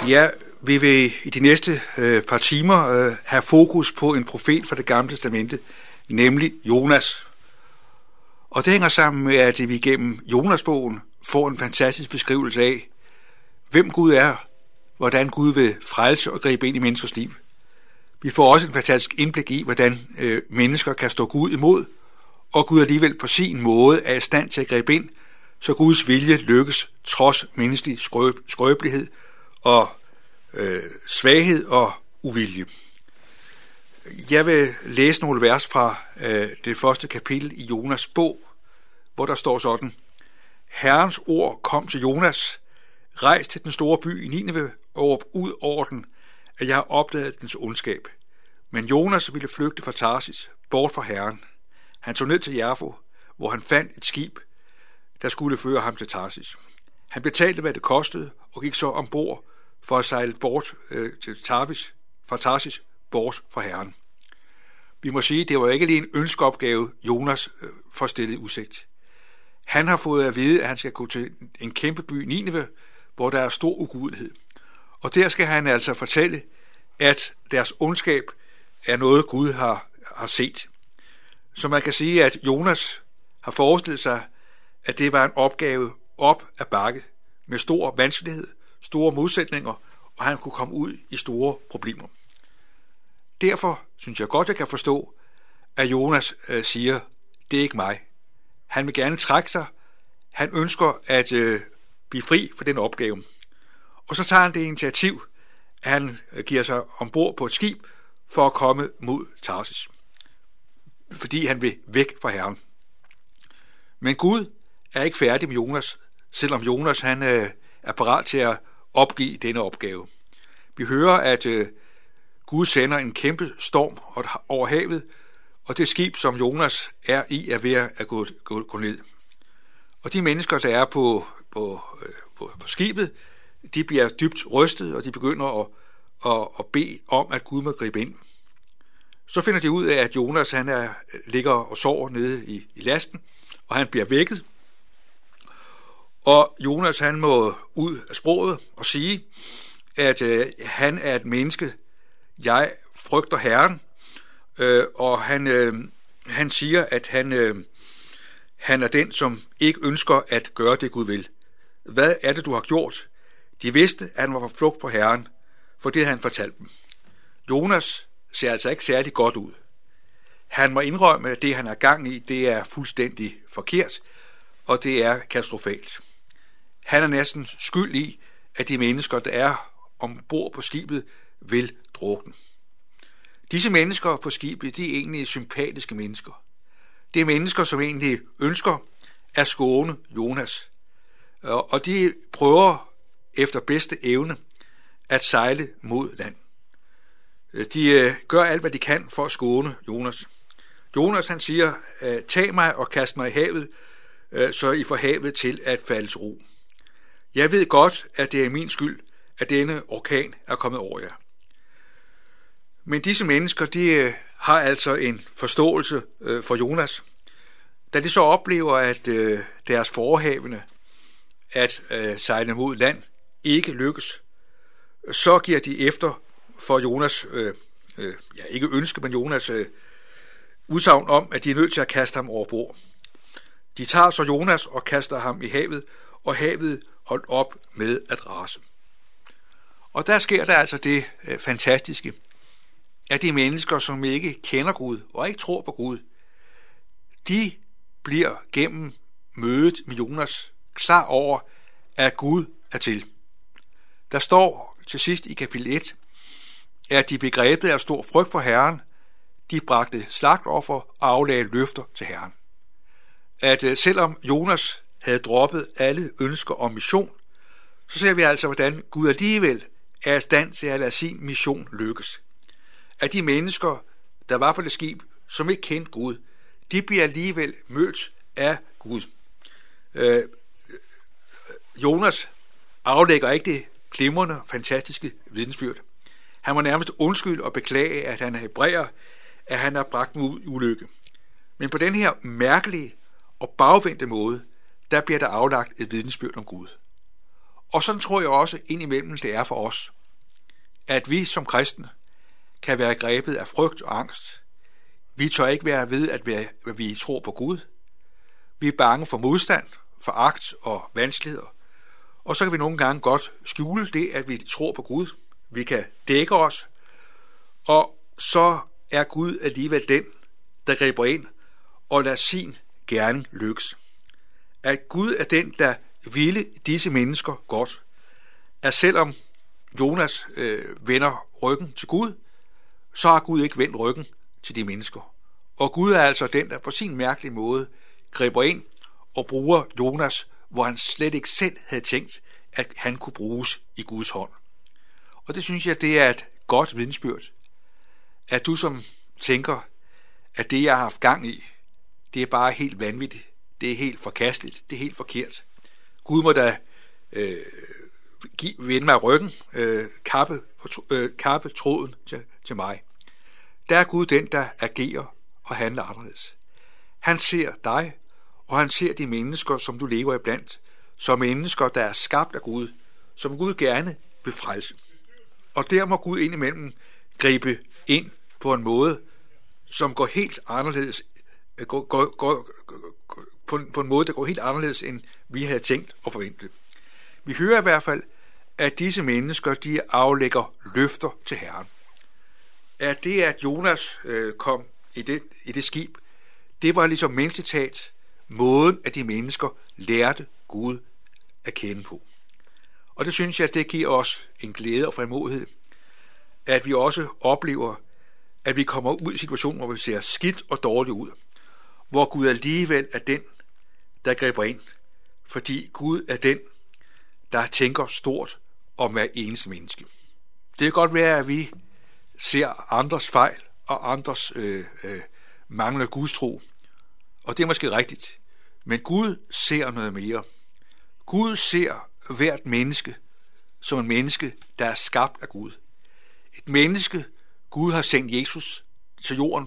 Ja, vi vil i de næste par timer have fokus på en profet fra Det Gamle Testamente, nemlig Jonas. Og det hænger sammen med, at vi gennem Jonas-bogen får en fantastisk beskrivelse af, hvem Gud er, hvordan Gud vil frelse og gribe ind i menneskers liv. Vi får også en fantastisk indblik i, hvordan mennesker kan stå Gud imod, og Gud alligevel på sin måde er i stand til at gribe ind, så Guds vilje lykkes trods menneskelig skrøbelighed og svaghed og uvilje. Jeg vil læse nogle vers fra det første kapitel i Jonas bog, hvor der står sådan: Herrens ord kom til Jonas: rejs til den store by i Nineve og råb ud over den, at jeg har opdaget dens ondskab. Men Jonas ville flygte fra Tarsis, bort fra Herren. Han tog ned til Jafo, hvor han fandt et skib, der skulle føre ham til Tarsis. Han betalte, hvad det kostede, og gik så ombord for at sejle bort til Tarsis, bort fra Herren. Vi må sige, at det var ikke lige en ønskeopgave, Jonas får stillet i udsigt. Han har fået at vide, at han skal gå til en kæmpe by, Nineve, hvor der er stor ugudelighed. Og der skal han altså fortælle, at deres ondskab er noget, Gud har set. Så man kan sige, at Jonas har forestillet sig, at det var en opgave op ad bakke med stor vanskelighed, store modsætninger, og han kunne komme ud i store problemer. Derfor synes jeg godt, jeg kan forstå, at Jonas siger, det er ikke mig. Han vil gerne trække sig. Han ønsker at blive fri for den opgave. Og så tager han det initiativ, at han giver sig ombord på et skib for at komme mod Tarsis. Fordi han vil væk fra Herren. Men Gud er ikke færdig med Jonas, selvom Jonas han er parat til at opgive denne opgave. Vi hører, at Gud sender en kæmpe storm over havet, og det skib, som Jonas er i, er ved at gå ned. Og de mennesker, der er på skibet, de bliver dybt rystet, og de begynder at bede om, at Gud må gribe ind. Så finder de ud af, at Jonas han ligger og sover nede i lasten, og han bliver vækket. Og Jonas han må ud af sproget og sige, at han er et menneske, jeg frygter Herren, og han siger, at han er den, som ikke ønsker at gøre det, Gud vil. Hvad er det, du har gjort? De vidste, at han var på flugt på Herren, for det han fortalte dem. Jonas ser altså ikke særlig godt ud. Han må indrømme, at det, han er gang i, det er fuldstændig forkert, og det er katastrofalt. Han er næsten skyld i, at de mennesker, der er ombord på skibet, vil drukne. Disse mennesker på skibet, de er egentlig sympatiske mennesker. Det er mennesker, som egentlig ønsker at skåne Jonas. Og de prøver efter bedste evne at sejle mod land. De gør alt, hvad de kan for at skåne Jonas. Jonas han siger, tag mig og kast mig i havet, så I får havet til at falde til ro. Jeg ved godt, at det er min skyld, at denne orkan er kommet over jer. Men disse mennesker, de har altså en forståelse for Jonas. Da de så oplever, at deres forehavende at sejle mod land ikke lykkes, så giver de efter for Jonas, ikke ønske, men Jonas udsagn om, at de er nødt til at kaste ham over bord. De tager så Jonas og kaster ham i havet, og havet holdt op med at rase. Og der sker der altså det fantastiske, at de mennesker, som ikke kender Gud og ikke tror på Gud, de bliver gennem mødet med Jonas klar over, at Gud er til. Der står til sidst i kapitel 1, at de begrebet af stor frygt for Herren, de bragte slagtoffer og aflagde løfter til Herren. At selvom Jonas havde droppet alle ønsker om mission, så ser vi altså, hvordan Gud alligevel er i stand til at lade sin mission lykkes. At de mennesker, der var på det skib, som ikke kendte Gud, de bliver alligevel mødt af Gud. Jonas aflægger ikke det glimrende, fantastiske vidnesbyrd. Han må nærmest undskylde og beklage, at han er hebræer, at han har bragt dem ud i ulykke. Men på den her mærkelige og bagvendte måde, der bliver der aflagt et vidnesbyrd om Gud. Og sådan tror jeg også indimellem det er for os, at vi som kristne kan være grebet af frygt og angst. Vi tør ikke være ved, at vi tror på Gud. Vi er bange for modstand, foragt og vanskeligheder. Og så kan vi nogle gange godt skjule det, at vi tror på Gud. Vi kan dække os, og så er Gud alligevel den, der griber ind og lader sin gerning lykkes. At Gud er den, der ville disse mennesker godt. At selvom Jonas vender ryggen til Gud, så har Gud ikke vendt ryggen til de mennesker. Og Gud er altså den, der på sin mærkelige måde griber ind og bruger Jonas, hvor han slet ikke selv havde tænkt, at han kunne bruges i Guds hånd. Og det synes jeg, det er et godt vidnesbyrd, at du som tænker, at det jeg har haft gang i, det er bare helt vanvittigt, det er helt forkasteligt, det er helt forkert. Gud må da vende mig ryggen, kappe tråden til mig. Der er Gud den, der agerer og handler anderledes. Han ser dig, og han ser de mennesker, som du lever iblandt, som mennesker, der er skabt af Gud, som Gud gerne vil frelse. Og der må Gud indimellem gribe ind på en måde, som går helt anderledes, på en måde, der går helt anderledes, end vi havde tænkt og forventet. Vi hører i hvert fald, at disse mennesker, de aflægger løfter til Herren. At det, at Jonas kom i det skib, det var ligesom menneskeligt måden, at de mennesker lærte Gud at kende på. Og det synes jeg, det giver os en glæde og frimodighed, at vi også oplever, at vi kommer ud i situationer, hvor vi ser skidt og dårligt ud, hvor Gud alligevel er den, der griber ind, fordi Gud er den, der tænker stort om hver eneste menneske. Det kan godt være, at vi ser andres fejl og andres manglende gudstro, og det er måske rigtigt, men Gud ser noget mere. Gud ser hvert menneske som en menneske, der er skabt af Gud. Et menneske, Gud har sendt Jesus til jorden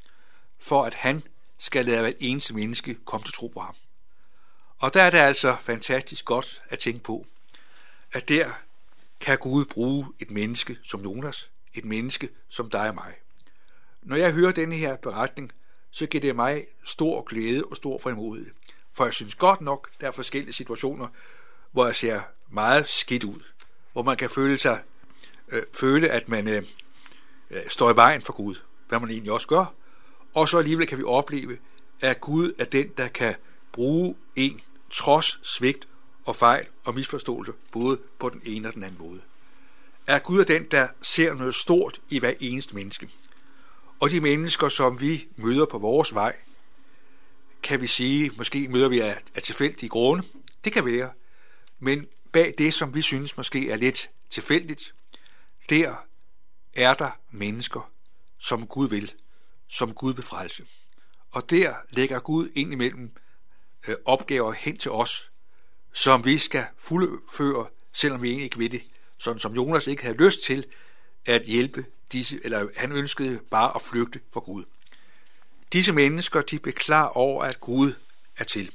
for at han skal lade hvert eneste menneske komme til tro på ham. Og der er det altså fantastisk godt at tænke på, at der kan Gud bruge et menneske som Jonas, et menneske som dig og mig. Når jeg hører denne her beretning, så giver det mig stor glæde og stor frimodighed. For jeg synes godt nok, der er forskellige situationer, hvor jeg ser meget skidt ud, hvor man kan føle, at man står i vejen for Gud, hvad man egentlig også gør, og så alligevel kan vi opleve, at Gud er den, der kan bruge en trods svigt og fejl og misforståelse, både på den ene og den anden måde. At Gud er den, der ser noget stort i hver eneste menneske. Og de mennesker, som vi møder på vores vej, kan vi sige, måske møder vi af tilfældige grunde. Det kan være. Men bag det, som vi synes måske er lidt tilfældigt, der er der mennesker, som Gud vil, som Gud vil frelse. Og der lægger Gud ind imellem opgaver hen til os, som vi skal fuldføre, selvom vi egentlig ikke ved det. Sådan som Jonas ikke havde lyst til at hjælpe disse, eller han ønskede bare at flygte fra Gud. Disse mennesker, de blev klar over, at Gud er til.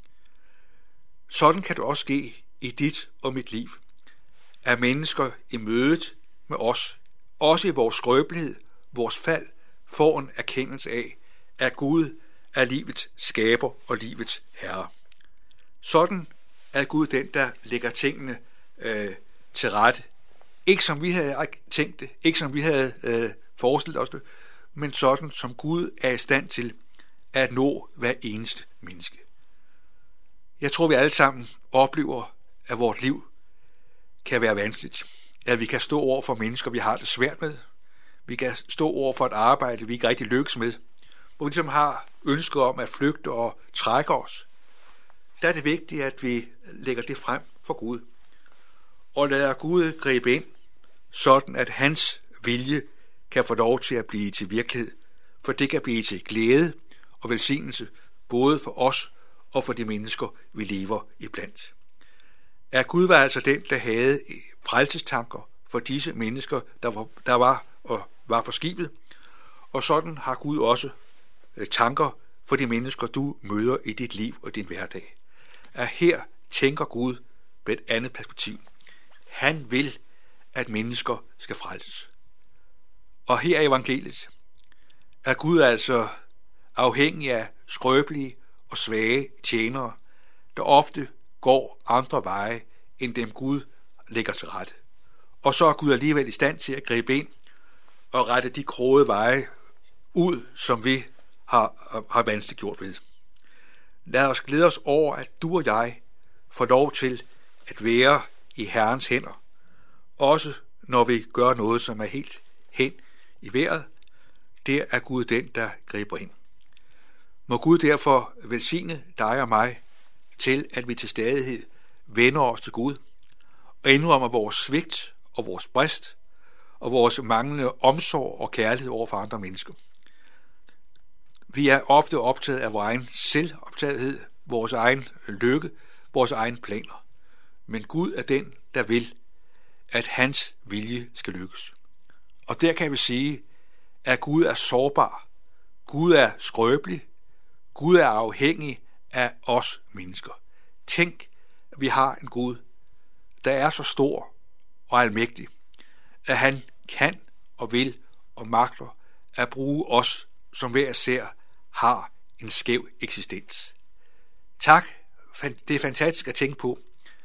Sådan kan det også ske i dit og mit liv, at mennesker i mødet med os, også i vores skrøbelighed, vores fald, får en erkendelse af, at Gud er livets skaber og livets herre. Sådan er Gud den, der lægger tingene til rette. Ikke som vi havde tænkt det, ikke som vi havde forestillet os det, men sådan som Gud er i stand til at nå hver eneste menneske. Jeg tror, vi alle sammen oplever, at vores liv kan være vanskeligt. At vi kan stå over for mennesker, vi har det svært med. Vi kan stå over for et arbejde, vi ikke rigtig lykkes med. Hvor vi ligesom har ønsket om at flygte og trække os. Der er det vigtigt, at vi lægger det frem for Gud. Og lader Gud gribe ind, sådan at hans vilje kan få lov til at blive til virkelighed. For det kan blive til glæde og velsignelse, både for os og for de mennesker, vi lever iblandt. At Gud var altså den, der havde frelsestanker for disse mennesker, der var på skibet. Og sådan har Gud også tanker for de mennesker, du møder i dit liv og din hverdag. At her tænker Gud med et andet perspektiv. Han vil, at mennesker skal frelses. Og her i evangeliet er Gud altså afhængig af skrøbelige og svage tjenere, der ofte går andre veje, end dem Gud lægger til rette. Og så er Gud alligevel i stand til at gribe ind og rette de krogede veje ud, som vi har vanskeligt gjort ved. Lad os glæde os over, at du og jeg får lov til at være i Herrens hænder, også når vi gør noget, som er helt hen i vejret. Der er Gud den, der griber ind. Må Gud derfor velsigne dig og mig til, at vi til stadighed vender os til Gud og indrømmer vores svigt og vores brist og vores manglende omsorg og kærlighed over for andre mennesker. Vi er ofte optaget af vores egen selvoptagethed, vores egen lykke, vores egen planer. Men Gud er den, der vil, at hans vilje skal lykkes. Og der kan vi sige, at Gud er sårbar. Gud er skrøbelig. Gud er afhængig af os mennesker. Tænk, at vi har en Gud, der er så stor og almægtig, at han kan og vil og magter at bruge os, som hver især har en skæv eksistens. Tak, det er fantastisk at tænke på,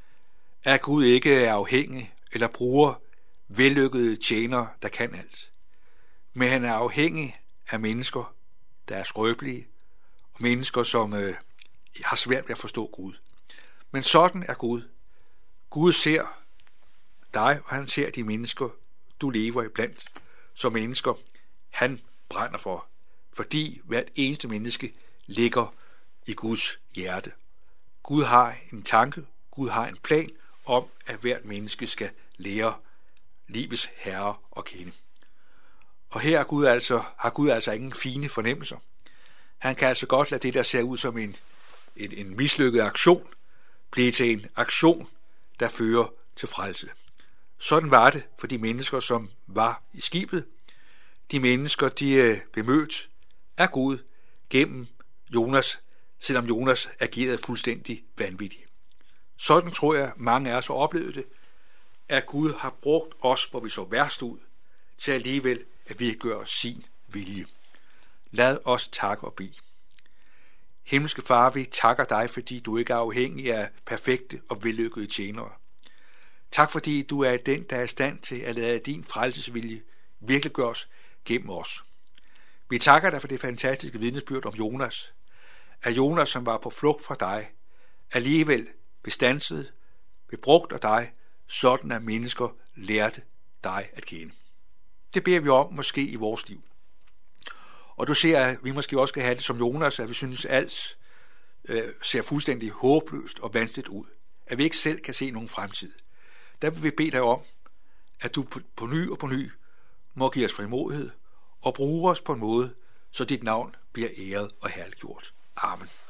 at Gud ikke er afhængig eller bruger vellykkede tjenere, der kan alt. Men han er afhængig af mennesker, der er skrøbelige, og mennesker, som har svært ved at forstå Gud. Men sådan er Gud. Gud ser dig, og han ser de mennesker, du lever iblandt, som mennesker, han brænder for. Fordi hvert eneste menneske ligger i Guds hjerte. Gud har en tanke, Gud har en plan om, at hvert menneske skal lære livets herre at kende. Og her har Gud altså ingen fine fornemmelser. Han kan altså godt lade det, der ser ud som en mislykket aktion, blive til en aktion, der fører til frelse. Sådan var det for de mennesker, som var i skibet. De mennesker, de blev mødt af Gud gennem Jonas, selvom Jonas agerede fuldstændig vanvittigt. Sådan tror jeg, mange af os har oplevet det, at Gud har brugt os, hvor vi så værst ud, til alligevel at vi gør sin vilje. Lad os takke og bede. Himmelske Far, vi takker dig, fordi du ikke er afhængig af perfekte og vellykkede tjenere. Tak, fordi du er den, der er i stand til at lade din frelsesvilje virkelig gøres gennem os. Vi takker dig for det fantastiske vidnesbyrd om Jonas. At Jonas, som var på flugt fra dig, alligevel bestandsede, blev brugt af dig, sådan at mennesker lærte dig at kende. Det beder vi om måske i vores liv. Og du ser, at vi måske også skal have det som Jonas, at vi synes, at alt ser fuldstændig håbløst og vanskeligt ud. At vi ikke selv kan se nogen fremtid. Der vil vi bede dig om, at du på ny og på ny må give os frimodighed og bruge os på en måde, så dit navn bliver æret og herliggjort. Amen.